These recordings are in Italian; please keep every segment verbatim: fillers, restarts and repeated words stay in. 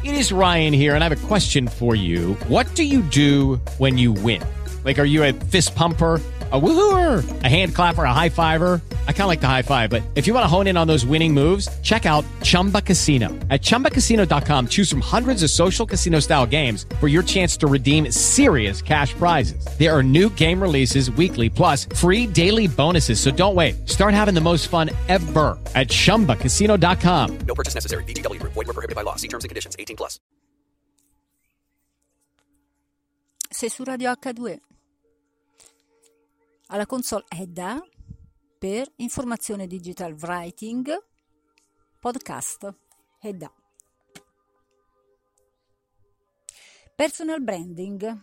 It is Ryan here, and I have a question for you. What do you do when you win? Like, are you a fist pumper, a woohooer, a hand clapper, a high fiver? I kind of like the high five, but if you want to hone in on those winning moves, check out Chumba Casino. At chumba casino dot com, choose from hundreds of social casino style games for your chance to redeem serious cash prizes. There are new game releases weekly, plus free daily bonuses. So don't wait. Start having the most fun ever at chumba casino dot com. No purchase necessary. V G W Group. Void where prohibited by law. See terms and conditions. eighteen plus. Sei su Radio acca due. Alla console Edda per informazione digital writing podcast Edda. Personal branding.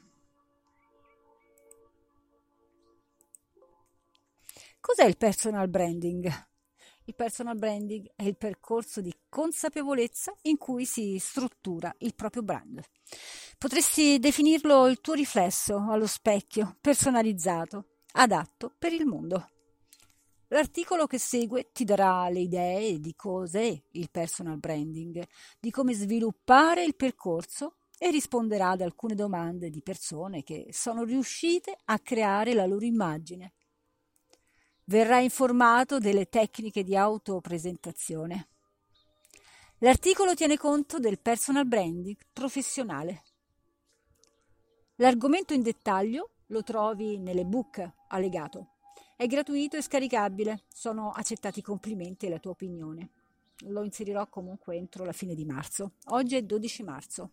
Cos'è il personal branding? Il personal branding è il percorso di consapevolezza in cui si struttura il proprio brand. Potresti definirlo il tuo riflesso allo specchio, personalizzato, adatto per il mondo. L'articolo che segue ti darà le idee di cos'è il personal branding, di come sviluppare il percorso e risponderà ad alcune domande di persone che sono riuscite a creare la loro immagine. Verrà informato delle tecniche di autopresentazione. L'articolo tiene conto del personal branding professionale. L'argomento in dettaglio lo trovi nell'ebook allegato. È gratuito e scaricabile. Sono accettati i complimenti e la tua opinione. Lo inserirò comunque entro la fine di marzo. Oggi è dodici marzo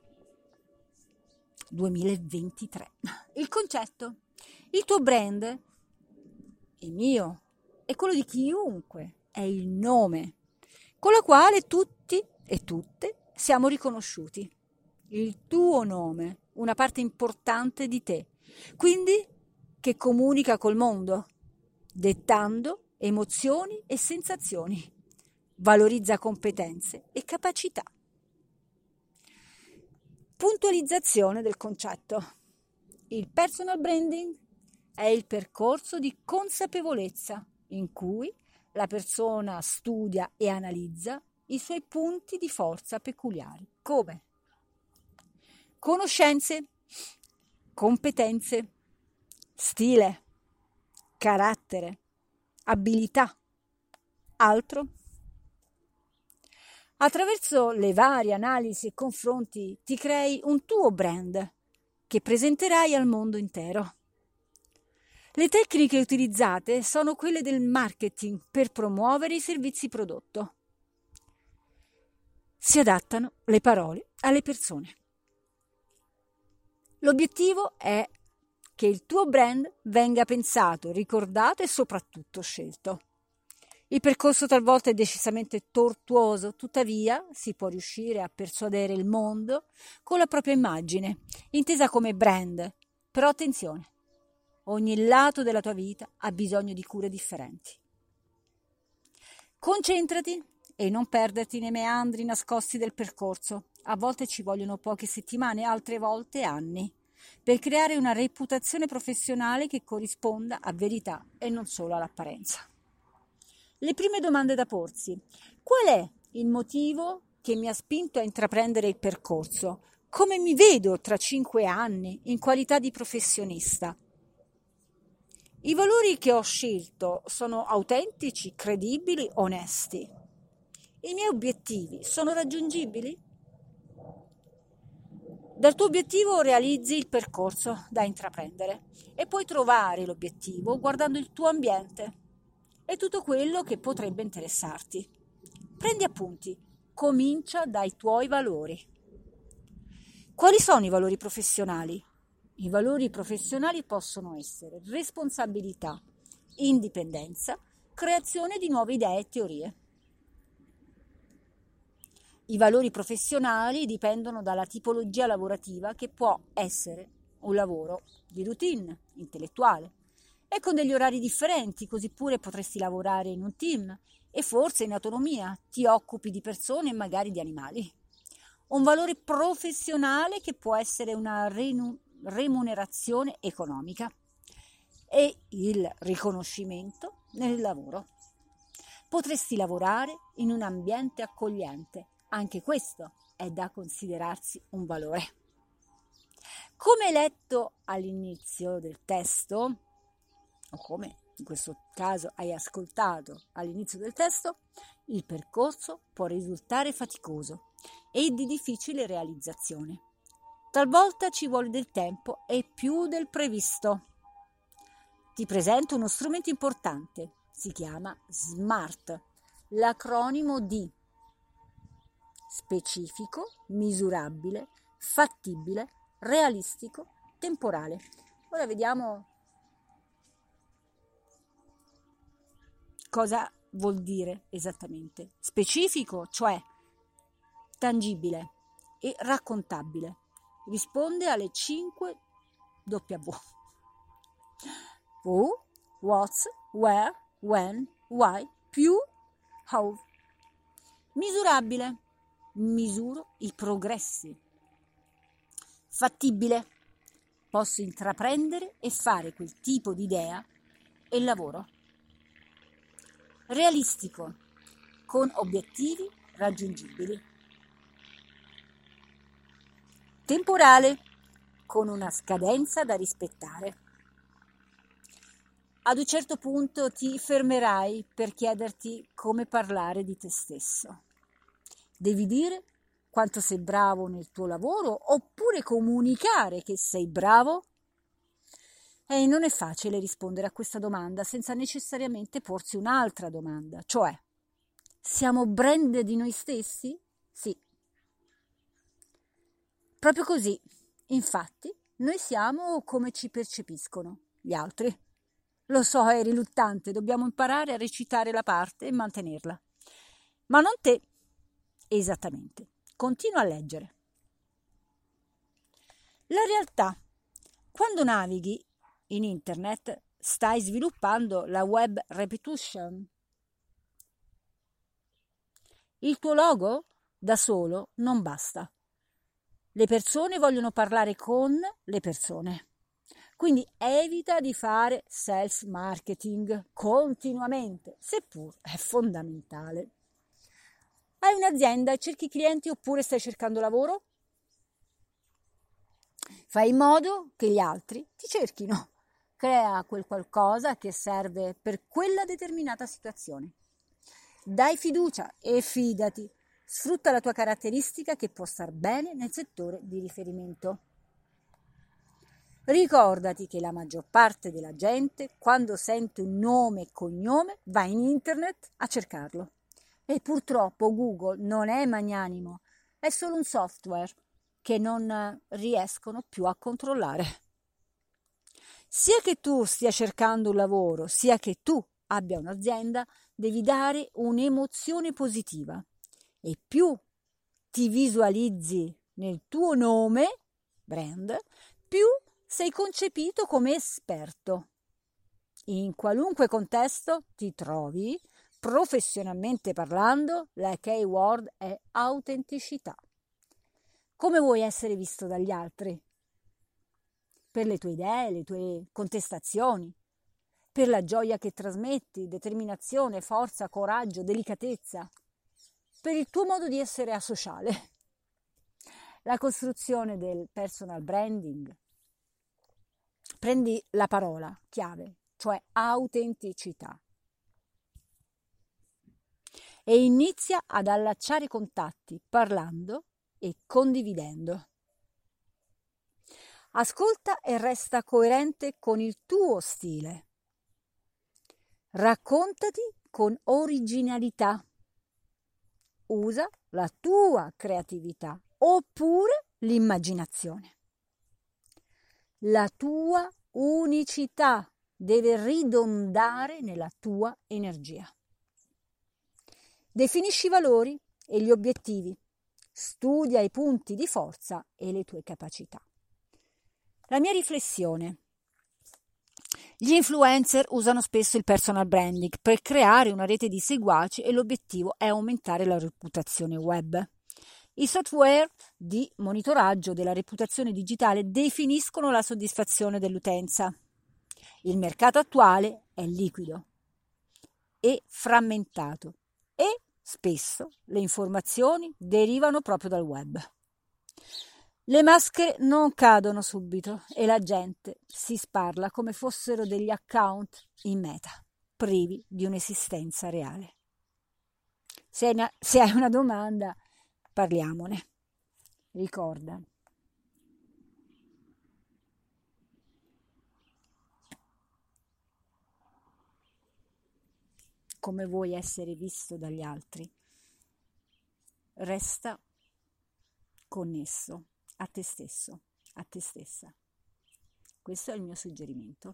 duemilaventitré. Il concetto. Il tuo brand, il mio e quello di chiunque, è il nome con la quale tutti e tutte siamo riconosciuti. Il tuo nome, una parte importante di te, quindi che comunica col mondo, dettando emozioni e sensazioni, valorizza competenze e capacità. Puntualizzazione del concetto. Il personal branding è il percorso di consapevolezza in cui la persona studia e analizza i suoi punti di forza peculiari, come conoscenze, competenze, stile, carattere, abilità, altro. Attraverso le varie analisi e confronti ti crei un tuo brand che presenterai al mondo intero. Le tecniche utilizzate sono quelle del marketing per promuovere i servizi prodotto. Si adattano le parole alle persone. L'obiettivo è che il tuo brand venga pensato, ricordato e soprattutto scelto. Il percorso talvolta è decisamente tortuoso, tuttavia si può riuscire a persuadere il mondo con la propria immagine, intesa come brand. Però attenzione, ogni lato della tua vita ha bisogno di cure differenti. Concentrati e non perderti nei meandri nascosti del percorso. A volte ci vogliono poche settimane, altre volte anni, per creare una reputazione professionale che corrisponda a verità e non solo all'apparenza. Le prime domande da porsi. Qual è il motivo che mi ha spinto a intraprendere il percorso? Come mi vedo tra cinque anni in qualità di professionista? I valori che ho scelto sono autentici, credibili, onesti? I miei obiettivi sono raggiungibili? Dal tuo obiettivo realizzi il percorso da intraprendere e puoi trovare l'obiettivo guardando il tuo ambiente e tutto quello che potrebbe interessarti. Prendi appunti, comincia dai tuoi valori. Quali sono i valori professionali? I valori professionali possono essere responsabilità, indipendenza, creazione di nuove idee e teorie. I valori professionali dipendono dalla tipologia lavorativa, che può essere un lavoro di routine, intellettuale, e con degli orari differenti, così pure potresti lavorare in un team e forse in autonomia, ti occupi di persone e magari di animali. Un valore professionale che può essere una renu- remunerazione economica e il riconoscimento nel lavoro. Potresti lavorare in un ambiente accogliente, anche questo è da considerarsi un valore. Come letto all'inizio del testo, o come in questo caso hai ascoltato all'inizio del testo, il percorso può risultare faticoso e di difficile realizzazione. Talvolta ci vuole del tempo e più del previsto. Ti presento uno strumento importante, si chiama SMART, l'acronimo di specifico, misurabile, fattibile, realistico, temporale. Ora vediamo cosa vuol dire esattamente. Specifico, cioè tangibile e raccontabile. Risponde alle cinque W. Who, what, where, when, why, più how. Misurabile. Misuro i progressi. Fattibile. Posso intraprendere e fare quel tipo di idea e lavoro. Realistico. Con obiettivi raggiungibili. Temporale. Con una scadenza da rispettare. Ad un certo punto ti fermerai per chiederti come parlare di te stesso. Devi dire quanto sei bravo nel tuo lavoro oppure comunicare che sei bravo? E non è facile rispondere a questa domanda senza necessariamente porsi un'altra domanda, cioè: siamo brand di noi stessi? Sì. Proprio così, infatti, noi siamo come ci percepiscono gli altri. Lo so, è riluttante, dobbiamo imparare a recitare la parte e mantenerla. Ma non te. Esattamente. Continua a leggere. La realtà. Quando navighi in internet, stai sviluppando la web reputation. Il tuo logo da solo non basta. Le persone vogliono parlare con le persone. Quindi evita di fare self-marketing continuamente, seppur è fondamentale. Hai un'azienda e cerchi clienti oppure stai cercando lavoro? Fai in modo che gli altri ti cerchino. Crea quel qualcosa che serve per quella determinata situazione. Dai fiducia e fidati. Sfrutta la tua caratteristica che può star bene nel settore di riferimento. Ricordati che la maggior parte della gente, quando sente un nome e cognome, va in internet a cercarlo. E purtroppo Google non è magnanimo, è solo un software che non riescono più a controllare. Sia che tu stia cercando un lavoro, sia che tu abbia un'azienda, devi dare un'emozione positiva. E più ti visualizzi nel tuo nome, brand, più sei concepito come esperto. In qualunque contesto ti trovi, professionalmente parlando, la keyword è autenticità. Come vuoi essere visto dagli altri? Per le tue idee, le tue contestazioni, per la gioia che trasmetti, determinazione, forza, coraggio, delicatezza, per il tuo modo di essere asociale. La costruzione del personal branding. Prendi la parola chiave, cioè autenticità, e inizia ad allacciare contatti parlando e condividendo. Ascolta e resta coerente con il tuo stile. Raccontati con originalità. Usa la tua creatività oppure l'immaginazione. La tua unicità deve ridondare nella tua energia. Definisci i valori e gli obiettivi. Studia i punti di forza e le tue capacità. La mia riflessione. Gli influencer usano spesso il personal branding per creare una rete di seguaci e l'obiettivo è aumentare la reputazione web. I software di monitoraggio della reputazione digitale definiscono la soddisfazione dell'utenza. Il mercato attuale è liquido e frammentato e Spesso le informazioni derivano proprio dal web. Le maschere non cadono subito e la gente si sparla come fossero degli account in meta, privi di un'esistenza reale. Se hai una, se hai una domanda, parliamone. Ricorda. Come vuoi essere visto dagli altri? Resta connesso a te stesso, a te stessa. Questo è il mio suggerimento.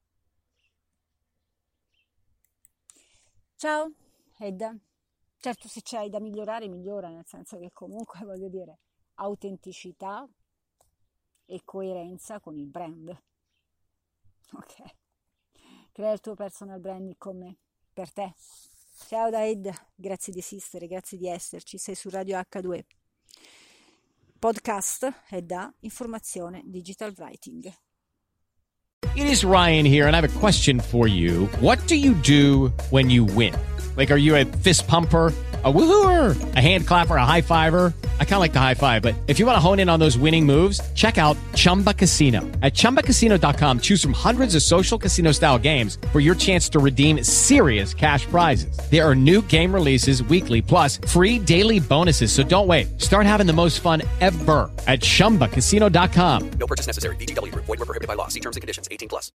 Ciao, Edda. Certo, se c'hai da migliorare, migliora, nel senso che comunque, voglio dire, autenticità e coerenza con il brand. Ok. Crea il tuo personal branding con me, per te. Ciao da Edda, grazie di esistere, grazie di esserci. Sei su Radio acca due. Podcast Edda, informazione, digital writing. It is Ryan here, and I have a question for you. What do you do when you win? Like, are you a fist pumper, a woohooer, a hand clapper, a high fiver? I kind of like the high five, but if you want to hone in on those winning moves, check out Chumba Casino. At chumba casino dot com, choose from hundreds of social casino style games for your chance to redeem serious cash prizes. There are new game releases weekly, plus free daily bonuses. So don't wait. Start having the most fun ever at chumba casino dot com. No purchase necessary. V G W. Void where prohibited by law. See terms and conditions. eighteen plus.